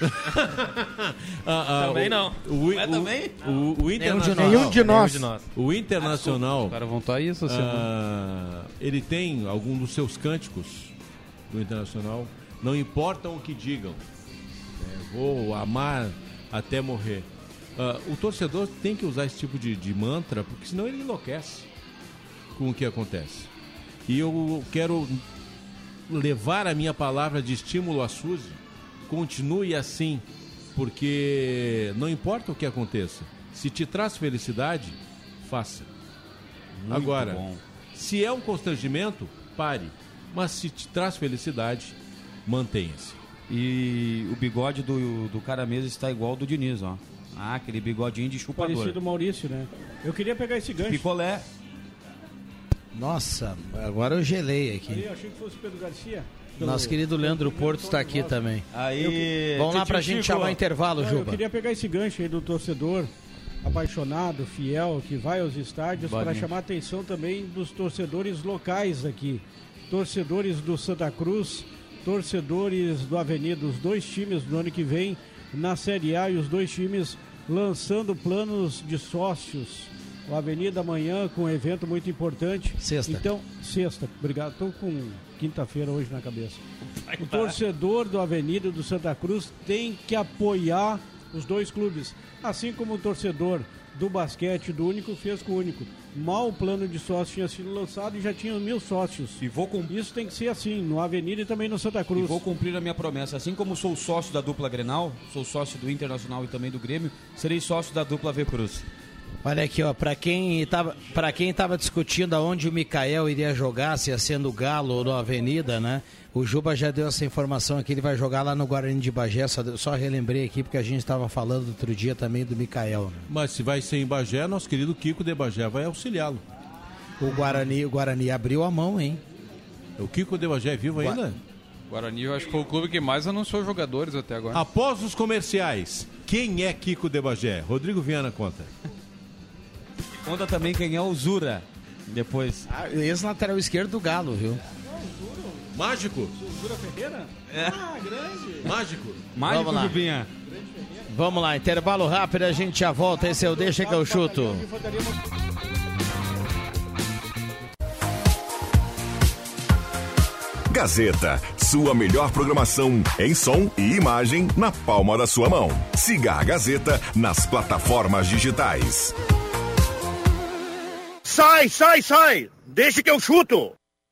ah, ah, também o, não. O, é o, também? O, o Internacional. Nenhum de nós. De nós. O Internacional. Ah, os caras vão estar aí essa semana. Ah, ele tem algum dos seus cânticos do Internacional. Não importam o que digam. É, vou amar até morrer. Uh, o torcedor tem que usar esse tipo de, de mantra, porque senão ele enlouquece com o que acontece. E eu quero levar a minha palavra de estímulo à Suzy. Continue assim, porque não importa o que aconteça. Se te traz felicidade, faça. Muito Agora, bom. Se é um constrangimento, pare. Mas se te traz felicidade, mantenha-se. E o bigode do, do cara mesmo está igual ao do Diniz, ó. Ah, aquele bigodinho de chupador. Parecido Maurício, né? Eu queria pegar esse gancho. Picolé. Nossa, agora eu gelei aqui. Aí, eu achei que fosse o Pedro Garcia. Do... Nosso querido Leandro Porto está aqui também. Aí, eu... Vamos lá pra gente chamar o intervalo, Não, Juba. Eu queria pegar esse gancho aí do torcedor apaixonado, fiel, que vai aos estádios, para chamar a atenção também dos torcedores locais aqui. Torcedores do Santa Cruz, torcedores do Avenida, os dois times do ano que vem na Série A e os dois times lançando planos de sócios O Avenida amanhã com um evento muito importante. Sexta. Então, sexta, obrigado. Estou com quinta-feira hoje na cabeça. O torcedor do Avenida do Santa Cruz tem que apoiar os dois clubes. Assim como o torcedor do basquete do Único fez com o Único. Mal o plano de sócio tinha sido lançado e já tinha mil sócios. E vou com... Isso tem que ser assim, no Avenida e também no Santa Cruz. E vou cumprir a minha promessa. Assim como sou sócio da dupla Grenal, sou sócio do Internacional e também do Grêmio, serei sócio da dupla V Cruz. Olha aqui, ó, para quem estava para quem tava discutindo aonde o Mikael iria jogar, se ia ser no Galo ou no Avenida, né? O Juba já deu essa informação aqui, ele vai jogar lá no Guarani de Bagé, só, só relembrei aqui porque a gente estava falando outro dia também do Mikael. Né? Mas se vai ser em Bagé, nosso querido Kiko de Bagé vai auxiliá-lo. O Guarani, o Guarani abriu a mão, hein? O Kiko de Bagé é vivo Gua... ainda? Guarani, eu acho que foi o clube que mais anunciou jogadores até agora. Após os comerciais, quem é Kiko de Bagé? Rodrigo Viana conta. Conta também quem é o Zura. Depois. Ah, ex-lateral esquerdo do Galo, viu? Mágico? Zura Ferreira? É. Ah, grande. Mágico? Mágico, Vamos lá. Jubinha. Vamos lá, intervalo rápido, a gente já volta. Esse é o Deixa que eu chuto. Gazeta, sua melhor programação em som e imagem na palma da sua mão. Siga a Gazeta nas plataformas digitais. Sai, sai, sai! Deixa que eu chuto!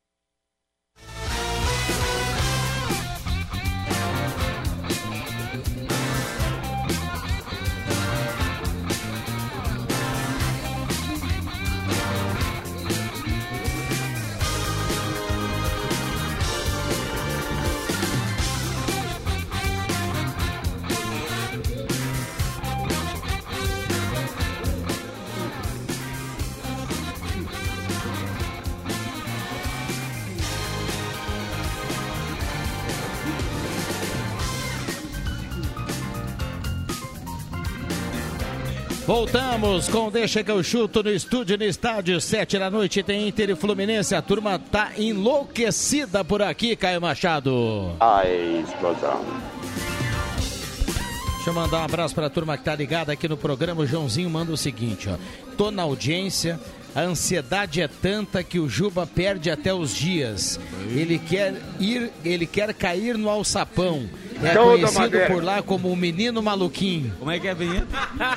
Voltamos com Deixa que eu chuto no estúdio, no estádio, sete da noite, tem Inter e Fluminense, a turma tá enlouquecida por aqui, Caio Machado. A explosão. Deixa eu mandar um abraço pra turma que tá ligada aqui no programa, o Joãozinho manda o seguinte, ó, tô na audiência, a ansiedade é tanta que o Juba perde até os dias, ele quer ir, ele quer cair no alçapão. É Toda conhecido madeira. por lá como o menino maluquinho. Como é que é, Vinha?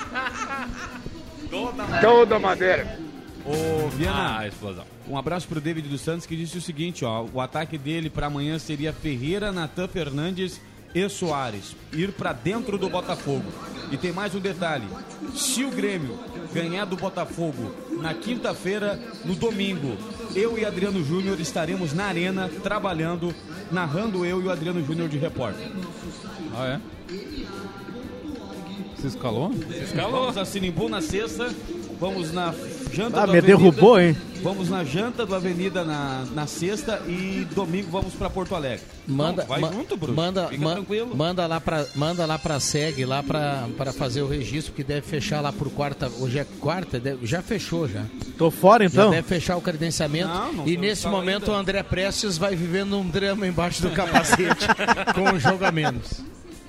Toda madeira. Ô, Viana, Ah, explosão. um abraço pro David dos Santos que disse o seguinte, ó, o ataque dele pra amanhã seria Ferreira, Natan Fernandes e Soares, ir pra dentro do Botafogo. E tem mais um detalhe, se o Grêmio ganhar do Botafogo na quinta-feira, no domingo, eu e Adriano Júnior estaremos na arena trabalhando, narrando eu e o Adriano Júnior de repórter. Ah, é? Você escalou? Escalou. Vamos a Sinimbu na sexta, vamos na janta Ah, do me Avenida, derrubou, hein? Vamos na janta do Avenida na, na sexta e domingo vamos pra Porto Alegre. Manda, Não, vai ma- junto, Bruno. Manda, Fica ma- tranquilo. manda lá pra, manda lá pra SEG, lá pra, pra fazer o registro, que deve fechar lá por quarta, hoje é quarta, deve- já fechou já. Tô fora então? Já deve fechar o credenciamento. Não, não e foi nesse tal momento ainda. o André Prestes vai vivendo um drama embaixo do capacete, com o jogo a menos.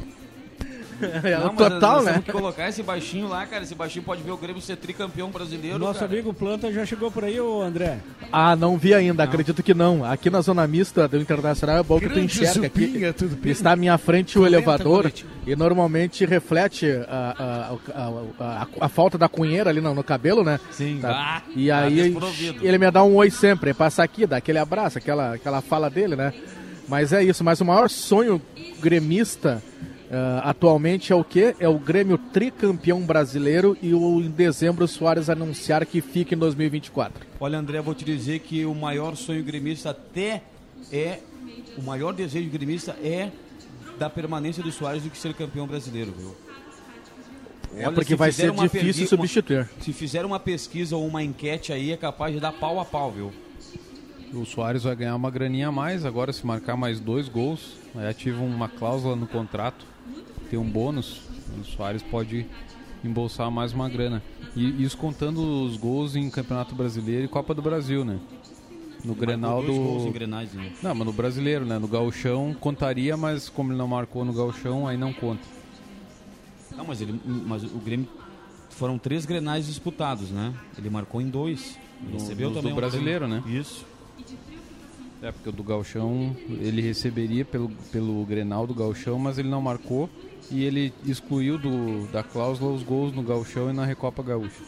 É Não, o mas total, nós né? Temos que colocar esse baixinho lá, cara. Esse baixinho pode ver o Grêmio ser tricampeão brasileiro. Nosso cara. amigo Planta já chegou por aí, ô André? Ah, não vi ainda, acredito que não. Aqui na zona mista do Internacional é bom que tu Grande enxerga aqui. Zupinha, tudo bem? Está à minha frente o Coleta, elevador colete. e normalmente reflete a, a, a, a, a falta da cunheira ali no, no cabelo, né? Sim. Tá. Ah, E tá aí desprovido. ele me dá um oi sempre, passa aqui, dá aquele abraço, aquela, aquela fala dele, né? Mas é isso, mas o maior sonho gremista uh, atualmente é o quê? É o Grêmio tricampeão brasileiro e o, em dezembro o Soares anunciar que fica em dois mil e vinte e quatro. Olha, André, vou te dizer que o maior sonho gremista até é... O maior desejo gremista é da permanência do Soares do que ser campeão brasileiro, viu? É Olha, porque se vai fizer ser uma difícil perdi- substituir. uma- se fizer uma pesquisa ou uma enquete aí, é capaz de dar pau a pau, viu? O Soares vai ganhar uma graninha a mais agora, se marcar mais dois gols. Aí ativa uma cláusula no contrato, tem um bônus. O Soares pode embolsar mais uma grana. E isso contando os gols em Campeonato Brasileiro e Copa do Brasil, né? No Grenal dois gols em do... Grenais, né? Não, mas no Brasileiro, né? No Gauchão contaria, mas como ele não marcou no Gauchão, aí não conta. Não, mas, ele, mas o Grêmio foram três Grenais disputados, né? Ele marcou em dois. No, Recebeu também do um brasileiro, prêmio. né? Isso. É, porque o do Gauchão, ele receberia pelo, pelo Grenal do Gauchão, mas ele não marcou e ele excluiu do, da cláusula os gols no Gauchão e na Recopa Gaúcha.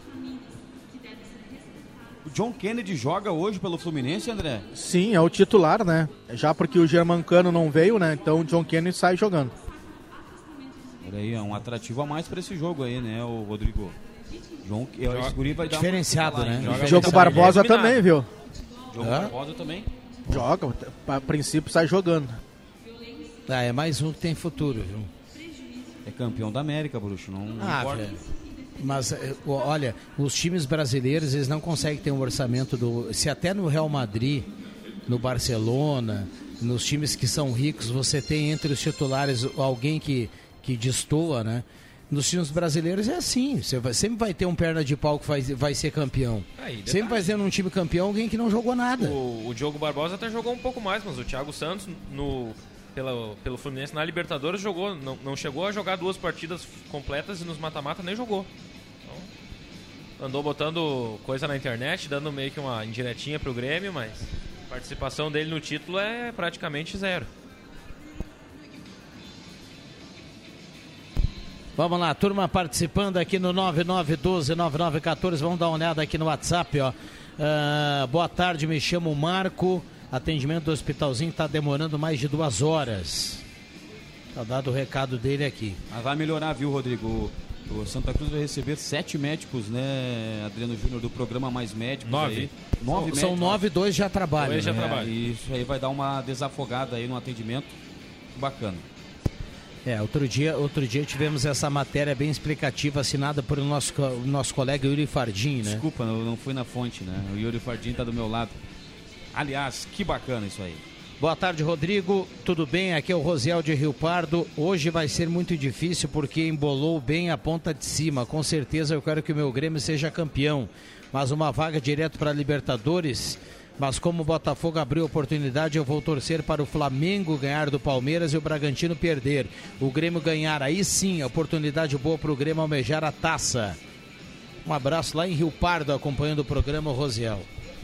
O John Kennedy joga hoje pelo Fluminense, André? Sim, é o titular, né? Já porque o Germancano não veio, né? Então o John Kennedy sai jogando. Olha aí, é um atrativo a mais para esse jogo aí, né, o Rodrigo? João, esse guri vai dar diferenciado, uma... né? Joga Diogo Barbosa é também, viu? Diogo Hã? Barbosa também? Joga, a princípio sai jogando. Ah, é mais um que tem futuro, viu? É campeão da América, Bruxo, não, não Ah, importa. velho. Mas, olha, os times brasileiros, eles não conseguem ter um orçamento do... Se até no Real Madrid, no Barcelona, nos times que são ricos, você tem entre os titulares alguém que, que destoa, né? Nos times brasileiros é assim, você vai, sempre vai ter um perna de pau que vai, vai ser campeão. Aí, sempre vai ter num time campeão alguém que não jogou nada. O, o Diogo Barbosa até jogou um pouco mais, mas o Thiago Santos, no, pela, pelo Fluminense na Libertadores, jogou, não, não chegou a jogar duas partidas completas e nos mata-mata nem jogou. Então, andou botando coisa na internet, dando meio que uma indiretinha pro Grêmio, mas a participação dele no título é praticamente zero. Vamos lá, turma participando aqui no nove nove um dois nove nove um quatro. Vamos dar uma olhada aqui no WhatsApp, ó. Uh, boa tarde, me chamo Marco. Atendimento do hospitalzinho está demorando mais de duas horas. Tá dado o recado dele aqui. Mas vai melhorar, viu, Rodrigo? O Santa Cruz vai receber sete médicos, né, Adriano Júnior, do programa Mais Médicos. Nove. Aí. Nove São médicos. nove, dois já trabalham. Dois já né? trabalham. É, isso aí vai dar uma desafogada aí no atendimento. Bacana. É, outro dia, outro dia tivemos essa matéria bem explicativa assinada por o nosso, o nosso colega Yuri Fardim, né? Desculpa, eu não fui na fonte, né? O Yuri Fardim tá do meu lado. Aliás, que bacana isso aí. Boa tarde, Rodrigo. Tudo bem? Aqui é o Rosiel de Rio Pardo. Hoje vai ser muito difícil porque embolou bem a ponta de cima. Com certeza eu quero que o meu Grêmio seja campeão. Mas uma vaga direto para a Libertadores. Mas como o Botafogo abriu oportunidade, eu vou torcer para o Flamengo ganhar do Palmeiras e o Bragantino perder. O Grêmio ganhar, aí sim, a oportunidade boa para o Grêmio almejar a taça. Um abraço lá em Rio Pardo, acompanhando o programa, Rosiel.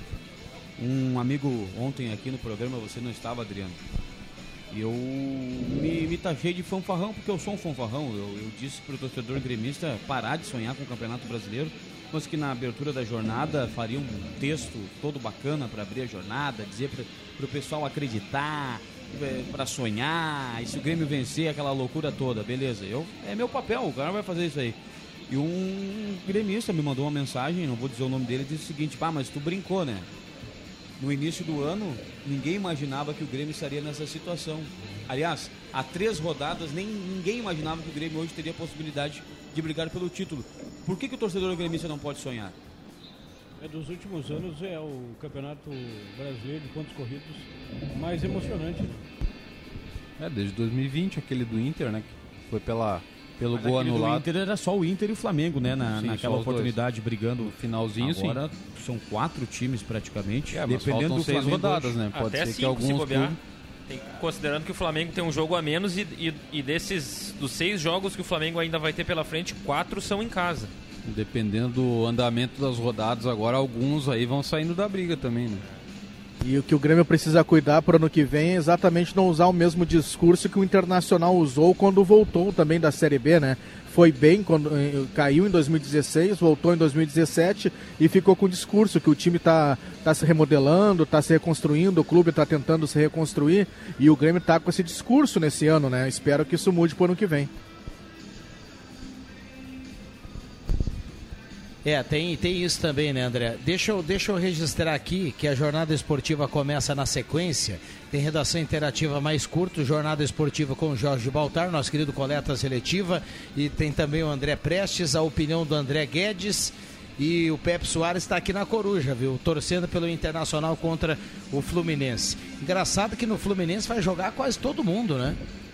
Um amigo ontem aqui no programa, você não estava, Adriano. E eu me, me taxei de fanfarrão, porque eu sou um fanfarrão. Eu, eu disse para o torcedor gremista parar de sonhar com o Campeonato Brasileiro, mas que na abertura da jornada faria um texto todo bacana para abrir a jornada, dizer para o pessoal acreditar, para sonhar, e se o Grêmio vencer, aquela loucura toda, beleza. Eu, é meu papel, o cara vai fazer isso aí. E um gremista me mandou uma mensagem, não vou dizer o nome dele, disse o seguinte: pá, mas tu brincou, né? No início do ano, ninguém imaginava que o Grêmio estaria nessa situação. Aliás, há três rodadas, nem, ninguém imaginava que o Grêmio hoje teria a possibilidade de brigar pelo título. Por que, que o torcedor gremista não pode sonhar? É, dos últimos anos é o campeonato brasileiro de pontos corridos mais emocionante. Né? É, desde dois mil e vinte, aquele do Inter, né? Que foi pela, pelo Mas gol aquele do anulado. Inter era só o Inter e o Flamengo, né? Na, Sim, naquela só os oportunidade, brigando no finalzinho, agora, sim. são quatro times praticamente. É, mas dependendo faltam do seis Flamengo rodadas, hoje. né? Pode Até ser cinco, que alguns se bobear. clubes... Tem, considerando que o Flamengo tem um jogo a menos e, e, e desses, dos seis jogos que o Flamengo ainda vai ter pela frente, quatro são em casa. Dependendo do andamento das rodadas, agora alguns aí vão saindo da briga também, né? E o que o Grêmio precisa cuidar para o ano que vem é exatamente não usar o mesmo discurso que o Internacional usou quando voltou também da Série B, né? Foi bem, quando caiu em dois mil e dezesseis, voltou em dois mil e dezessete e ficou com o discurso que o time está tá se remodelando, está se reconstruindo, o clube está tentando se reconstruir e o Grêmio está com esse discurso nesse ano, né? Espero que isso mude para o ano que vem. É, tem, tem isso também, né, André? Deixa eu, deixa eu registrar aqui que a jornada esportiva começa na sequência. Tem redação interativa mais curta, jornada esportiva com o Jorge Baltar, nosso querido coleta seletiva. E tem também o André Prestes, a opinião do André Guedes. E o Pepe Soares está aqui na Coruja, viu? Torcendo pelo Internacional contra o Fluminense. Engraçado que no Fluminense vai jogar quase todo mundo, né?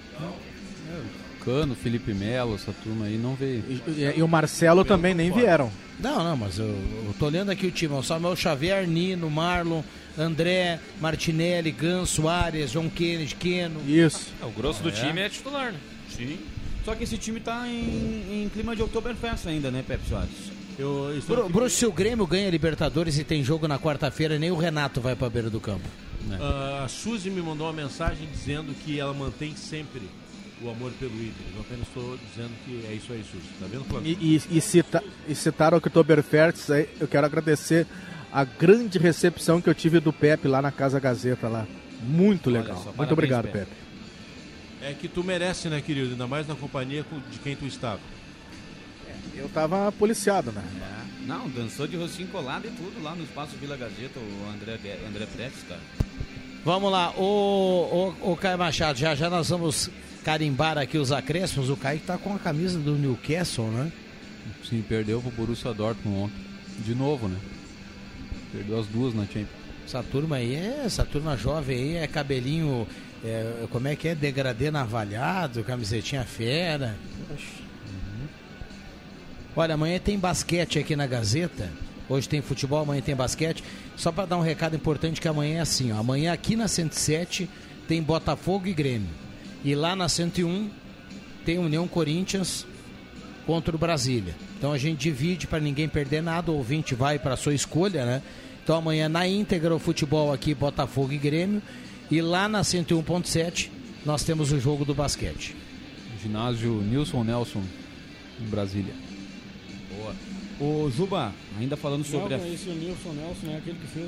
Cano, Felipe Melo, essa turma aí não veio. E, e, e o Marcelo também nem vieram. Não, não, mas eu, eu tô olhando aqui o time. O Samuel Xavier, Nino, Marlon, André, Martinelli, Ganso, Arias, João Kennedy, Keno. Isso. É, o grosso do é. time é titular, né? Sim. Só que esse time tá em, em clima de Oktoberfest ainda, né, Pepe Soares? Eu, isso Bru, Bruce, se o Grêmio ganha a Libertadores e tem jogo na quarta-feira, nem o Renato vai pra beira do campo. Uh, a Suzy me mandou uma mensagem dizendo que ela mantém sempre o amor pelo Inter. Eu apenas estou dizendo que é isso aí, Suzy. Tá vendo, Flávio? E, e, e, cita, e citar o Oktoberfest, eu quero agradecer a grande recepção que eu tive do Pepe lá na Casa Gazeta lá. Muito legal. Só, muito obrigado, Pepe. Pepe. É que tu merece, né, querido? Ainda mais na companhia de quem tu estava. Eu tava policiado, né? É. Não, dançou de rostinho colado e tudo lá no Espaço Vila Gazeta, o André, André Prestes, cara. Vamos lá, o, o, o Caio Machado, já já nós vamos carimbar aqui os acréscimos. O Caio tá com a camisa do Newcastle, né? Sim, perdeu pro Borussia Dortmund ontem. De novo, né? Perdeu as duas na Champions. Essa turma aí, é, essa turma jovem aí é cabelinho, é, como é que é? Degradê navalhado, camisetinha fera. Uhum. Olha, amanhã tem basquete aqui na Gazeta. Hoje tem futebol, amanhã tem basquete. Só para dar um recado importante que amanhã é assim, ó. Amanhã aqui na cento e sete tem Botafogo e Grêmio. E lá na cento e um tem União Corinthians contra o Brasília. Então a gente divide para ninguém perder nada, o ouvinte vai para a sua escolha, né? Então amanhã na íntegra o futebol aqui, Botafogo e Grêmio. E lá na cento e um ponto sete nós temos o jogo do basquete. Ginásio Nilson Nelson, em Brasília. Boa. Ô Juba, ainda falando sobre... Não, a... esse o Nilson Nelson é aquele que fez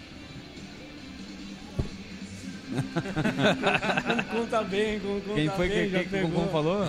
o... Conta bem, conta Quem foi bem, que, já que, pegou. Como falou?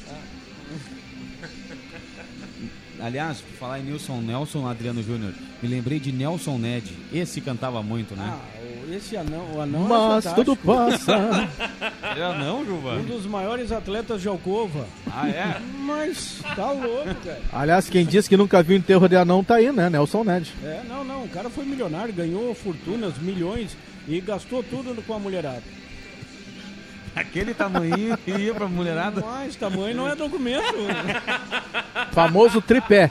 Aliás, por falar em Nilson Nelson, Adriano Júnior, me lembrei de Nelson Ned. Esse cantava muito, né? Ah, esse anão, o anão Mas tudo passa. Ele é anão, Juba? Um dos maiores atletas de Alcova. Ah, é? Mas tá louco, cara. Aliás, quem disse que nunca viu enterro de anão tá aí, né? Nelson Ned. É, não, não. O cara foi milionário, ganhou fortunas, milhões e gastou tudo com a mulherada. Aquele tamanho que ia pra mulherada? Mas tamanho não é documento. Famoso tripé.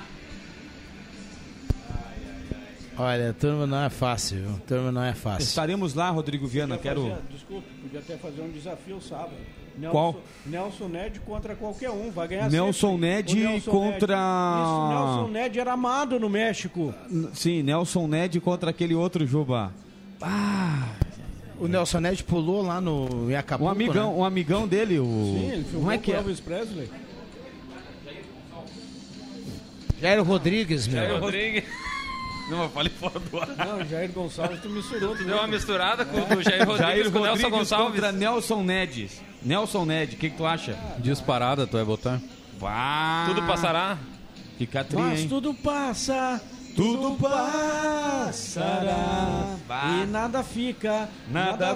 Olha, turma não é fácil, viu? Turma não é fácil. Estaremos lá, Rodrigo Viana, podia quero... Fazer, desculpa, podia até fazer um desafio sábado. Nelson, Qual? Nelson Ned contra qualquer um, vai ganhar Nelson sempre. Ned Nelson contra... Ned. Isso, Nelson Ned era amado no México. Sim, Nelson Ned contra aquele outro Juba. Ah... O Nelson Ned pulou lá no em Acapulco, um amigão, né? um amigão dele, o... Sim, ele filmou Como é que é? Elvis Presley. Jair Rodrigues, meu. Jair Rodrigues. Não, eu falei fora do ar. Não, Jair Gonçalves, tu misturou. Tu deu uma misturada com o do Jair Rodrigues Jair com o Nelson Rodrigues Gonçalves. contra Nelson Ned. Nelson Ned, o que, que tu acha? Disparada, tu vai botar? Vá. Tudo passará? Fica tri, Mas hein? tudo passa, Tudo passará. e nada fica, Nada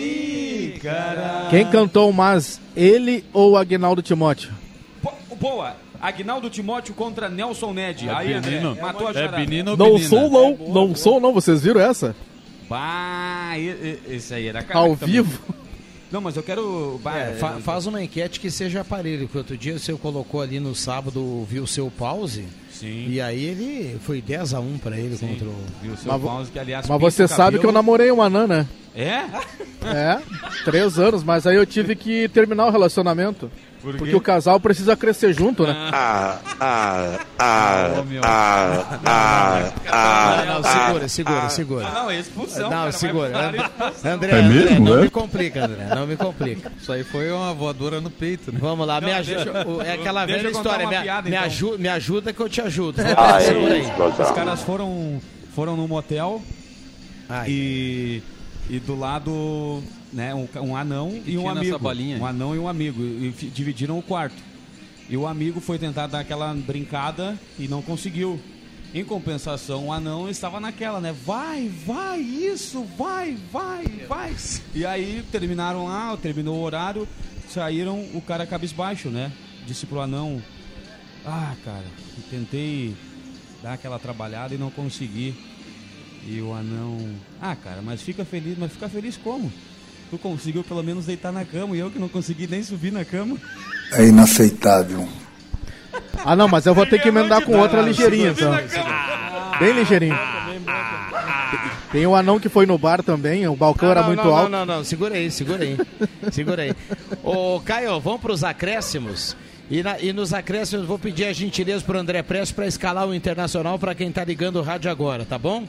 ficará. Quem cantou o Mas? Ele ou o Aguinaldo Timóteo? Bo- Boa. Aguinaldo Timóteo contra Nelson Ned. É Aí, André, menino. matou a É charada. menino ou Não menina? sou não, É boa, não boa. sou não, vocês viram essa? Bah, e- e- esse aí era Ao caraca também. vivo. Não, mas eu quero... Bah, É, fa- faz uma enquete que seja aparelho, que outro dia o seu colocou ali no sábado, viu o seu pause, Sim. e aí ele foi dez a um pra ele Sim. contra o... Viu, seu Mas vo- Pause, que, aliás, Mas pinta você o sabe que eu cabelo. namorei uma anã, né? É? É, três anos, mas aí eu tive que terminar o relacionamento. Por Porque quê? o casal precisa crescer junto, né? Ah, ah, ah, Ô, meu. ah, ah, ah. Não, segura, segura, segura. Ah, não, é expulsão, Não, cara, segura. vai botar expulsão. André, É André, mesmo, não é? me complica, André, não me complica. Isso aí foi uma voadora no peito, né? Vamos lá, me Não, ajuda. deixa- o- É aquela deixa velha eu contar história, uma me, piada, me, então. aju- me ajuda que eu te ajudo. Ah, Segura aí. Os caras foram, foram num motel Ai, e, e do lado, né, um, um anão e um tinha amigo. nessa balinha aí? Um anão e um amigo. E fi- dividiram o quarto. E o amigo foi tentar dar aquela brincada e não conseguiu. Em compensação, o anão estava naquela, né? Vai, vai, isso, vai, vai, vai. E aí terminaram lá, terminou o horário, saíram, o cara cabisbaixo, né? Disse pro anão: ah, cara, eu tentei dar aquela trabalhada e não consegui. E o anão: ah, cara, mas fica feliz, mas fica feliz como? Tu conseguiu pelo menos deitar na cama e eu que não consegui nem subir na cama. É inaceitável. Ah, não, mas eu vou ter que emendar com outra ligeirinha, então. Bem ligeirinho. Tem o anão que foi no bar também, o balcão não, era não, muito não, alto. Não, não, não, segura aí, segura aí. Segura aí. Ô, Caio, vamos para os acréscimos. E, na, e nos acréscimos vou pedir a gentileza pro André Prestes para escalar o Internacional para quem tá ligando o rádio agora, tá bom?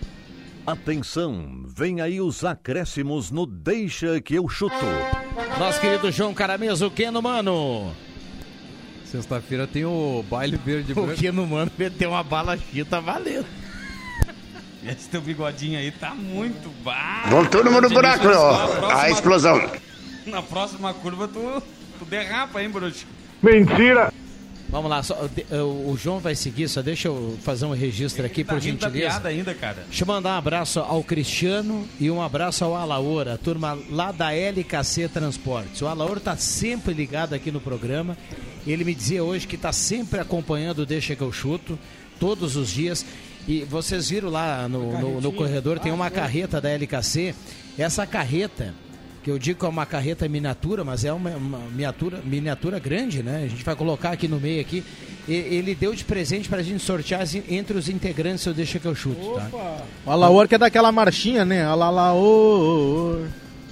Atenção, vem aí os acréscimos no Deixa que eu chuto. Nosso querido João Caramês, o Keno, mano. Sexta-feira tem o baile verde branco. O Keno, mano, meteu uma bala chita, valendo. Esse teu bigodinho aí tá muito baixo. Vamos todo mundo no buraco, ó. A explosão. Na próxima curva tu, tu derrapa, hein, bruxo? Mentira! Vamos lá, só, o João vai seguir, só deixa eu fazer um registro aqui, tá por gentileza. Ainda, cara. Deixa eu mandar um abraço ao Cristiano e um abraço ao Alaor, a turma lá da L K C Transportes. O Alaor tá sempre ligado aqui no programa. Ele me dizia hoje que tá sempre acompanhando o Deixa que eu chuto, todos os dias. E vocês viram lá no, no, no corredor, tem uma carreta da L K C. Essa carreta, que eu digo que é uma carreta miniatura, mas é uma, uma miniatura, miniatura grande, né? A gente vai colocar aqui no meio aqui. E, ele deu de presente pra gente sortear entre os integrantes do Deixa que eu chuto, tá? O Alaor que é daquela marchinha, né? Alalaor.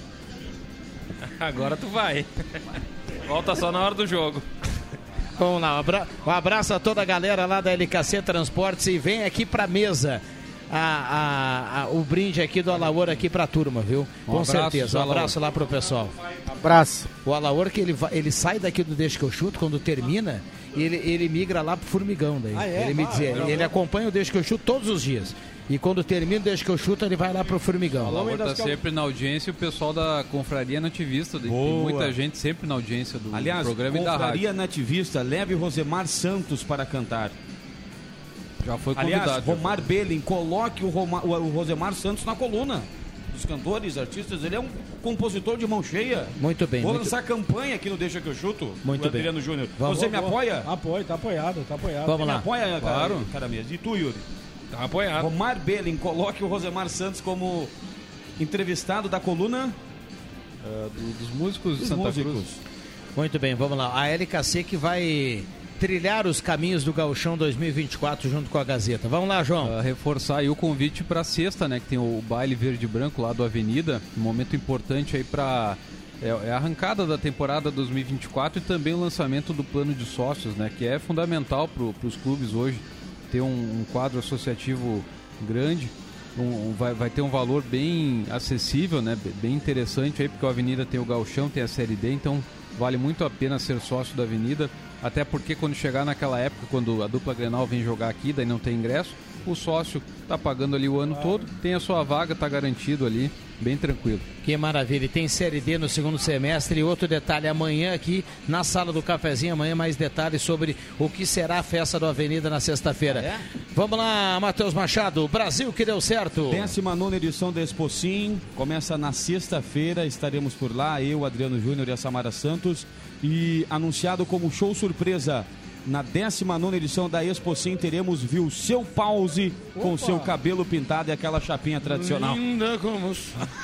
Agora tu vai. Volta só na hora do jogo. Vamos lá, um, abra... um abraço a toda a galera lá da L K C Transportes e vem aqui pra mesa a, a, a, o brinde aqui do Alaor aqui pra turma, viu? Um Com abraço, certeza, um Alaor. abraço lá pro pessoal. Abraço. O Alaor que ele, vai, ele sai daqui do Deixa que eu chuto, quando termina, ele, ele migra lá pro Formigão daí. Ah, é? Ele me Ah, dizia, é, ele é. acompanha o Deixa que eu chuto todos os dias. E quando termina o Deixa que eu chuto, ele vai lá pro Formigão. O Alaor tá sempre na audiência e o pessoal da Confraria Nativista. Tem Boa. muita gente sempre na audiência do, Aliás, do programa e da rádio. Confraria Nativista, leve Rosemar Santos para cantar. Já foi convidado. Aliás, Romar Belling, coloque o, Roma, o Rosemar Santos na coluna dos cantores, artistas. Ele é um compositor de mão cheia. Muito bem. Vou muito... lançar campanha aqui no Deixa que eu chuto. Muito do bem. Adriano Júnior. Vamos- Você me Boa, apoia? boa. Apoio, tá apoiado, tá apoiado. Vamos Você lá. me apoia, cara, Claro. cara mesmo. E tu, Yuri? Tá apoiado. Romar Belling, coloque o Rosemar Santos como entrevistado da coluna Uh, do- dos músicos de dos Santa músicos. Cruz. Muito bem, vamos lá. A L K C que vai trilhar os caminhos do Gauchão dois mil e vinte e quatro junto com a Gazeta. Vamos lá, João. Uh, reforçar aí o convite para sexta, né? Que tem o baile verde e branco lá do Avenida. Um momento importante aí para é, é a arrancada da temporada dois mil e vinte e quatro e também o lançamento do plano de sócios, né? Que é fundamental para os clubes hoje ter um, um quadro associativo grande. Um, um- vai, vai ter um valor bem acessível, né? Be- Bem interessante aí, porque a Avenida tem o Gauchão, tem a Série D, então vale muito a pena ser sócio da Avenida. Até porque quando chegar naquela época, quando a dupla Grenal vem jogar aqui, daí não tem ingresso, o sócio tá pagando ali o ano todo, tem a sua vaga, tá garantido ali, bem tranquilo. Que maravilha. E tem Série D no segundo semestre. E outro detalhe, amanhã aqui na sala do cafezinho, amanhã mais detalhes sobre o que será a festa do Avenida na sexta-feira. É? Vamos lá, Matheus Machado. Brasil que deu certo. décima nona edição da Expocim começa na sexta-feira, estaremos por lá, eu, Adriano Júnior e a Samara Santos. E anunciado como show surpresa, na décima nona edição da Expocim teremos Viu Seu Pause com Opa! seu cabelo pintado e aquela chapinha tradicional. Linda como...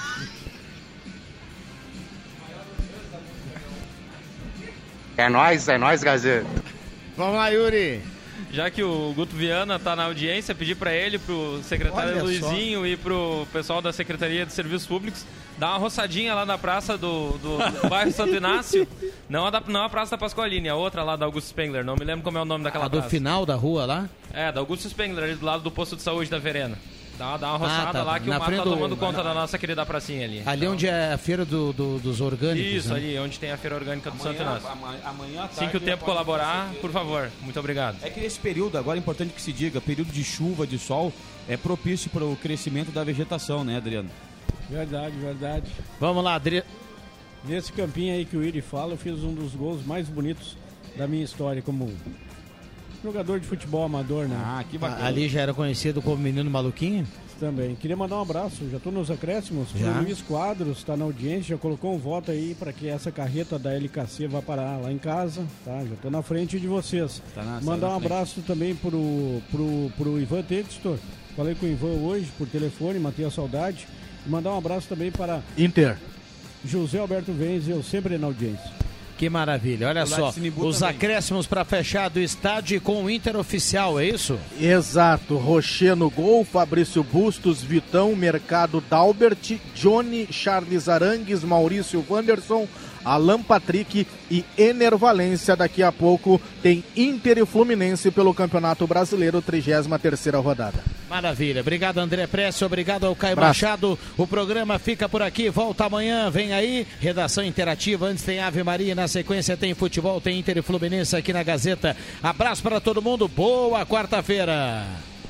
É nóis, é nóis, Gazeta. Vamos lá, Yuri. Já que o Guto Viana tá na audiência, pedir para ele, pro secretário Olha Luizinho e pro pessoal da Secretaria de Serviços Públicos dar uma roçadinha lá na praça do, do, do bairro Santo Inácio. Não a, da, não a praça da Pascoalini, a outra lá da Augusto Spengler. Não me lembro como é o nome daquela A do praça. final da rua lá? É, da Augusto Spengler, ali do lado do posto de saúde da Verena. Dá, dá uma roçada Ah, tá. lá que Na o mar frente tá do- tomando conta na- da nossa querida pracinha ali. Ali onde é a feira do, do- dos orgânicos. Isso, né? ali, onde tem a feira orgânica do Santo Inácio. amanhã, amanhã à Assim que o tarde tempo pode colaborar, acontecer. por favor. Muito obrigado. É que nesse período, agora é importante que se diga, período de chuva, de sol, é propício para o crescimento da vegetação, né, Adriano? Verdade, verdade. Vamos lá, Adri... Nesse campinho aí que o Iri fala, eu fiz um dos gols mais bonitos da minha história como jogador de futebol amador, né? Ah, que bacana. Ali já era conhecido como Menino Maluquinho? Também. Queria mandar um abraço, já estou nos acréscimos. Já? O Luiz Quadros está na audiência, já colocou um voto aí para que essa carreta da L K C vá parar lá em casa, tá? Já estou na frente de vocês. Tá na- mandar tá na um abraço também pro, pro, pro Ivan Textor. Falei com o Ivan hoje por telefone, matei a saudade. E mandar um abraço também para Inter. José Alberto Venzel, sempre na audiência. Que maravilha, olha só, os também. Acréscimos para fechar do estádio com o Inter oficial, é isso? Exato, Rocher no gol, Fabrício Bustos, Vitão, Mercado, Dalbert, Johnny, Charles Arangues, Maurício Wanderson, Alan Patrick e Ener Valência. Daqui a pouco tem Inter e Fluminense pelo Campeonato Brasileiro, trigésima terceira rodada. Maravilha, obrigado André Pressi, obrigado ao Caio Abraço. Machado. O programa fica por aqui, volta amanhã, vem aí, redação interativa, antes tem Ave Maria, na sequência tem futebol, tem Inter e Fluminense aqui na Gazeta. Abraço para todo mundo, boa quarta-feira.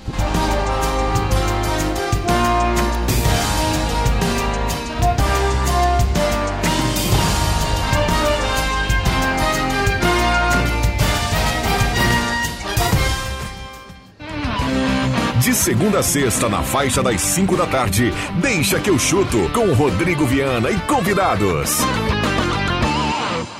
De segunda a sexta, na faixa das cinco da tarde, Deixa que eu chuto, com Rodrigo Viana e convidados.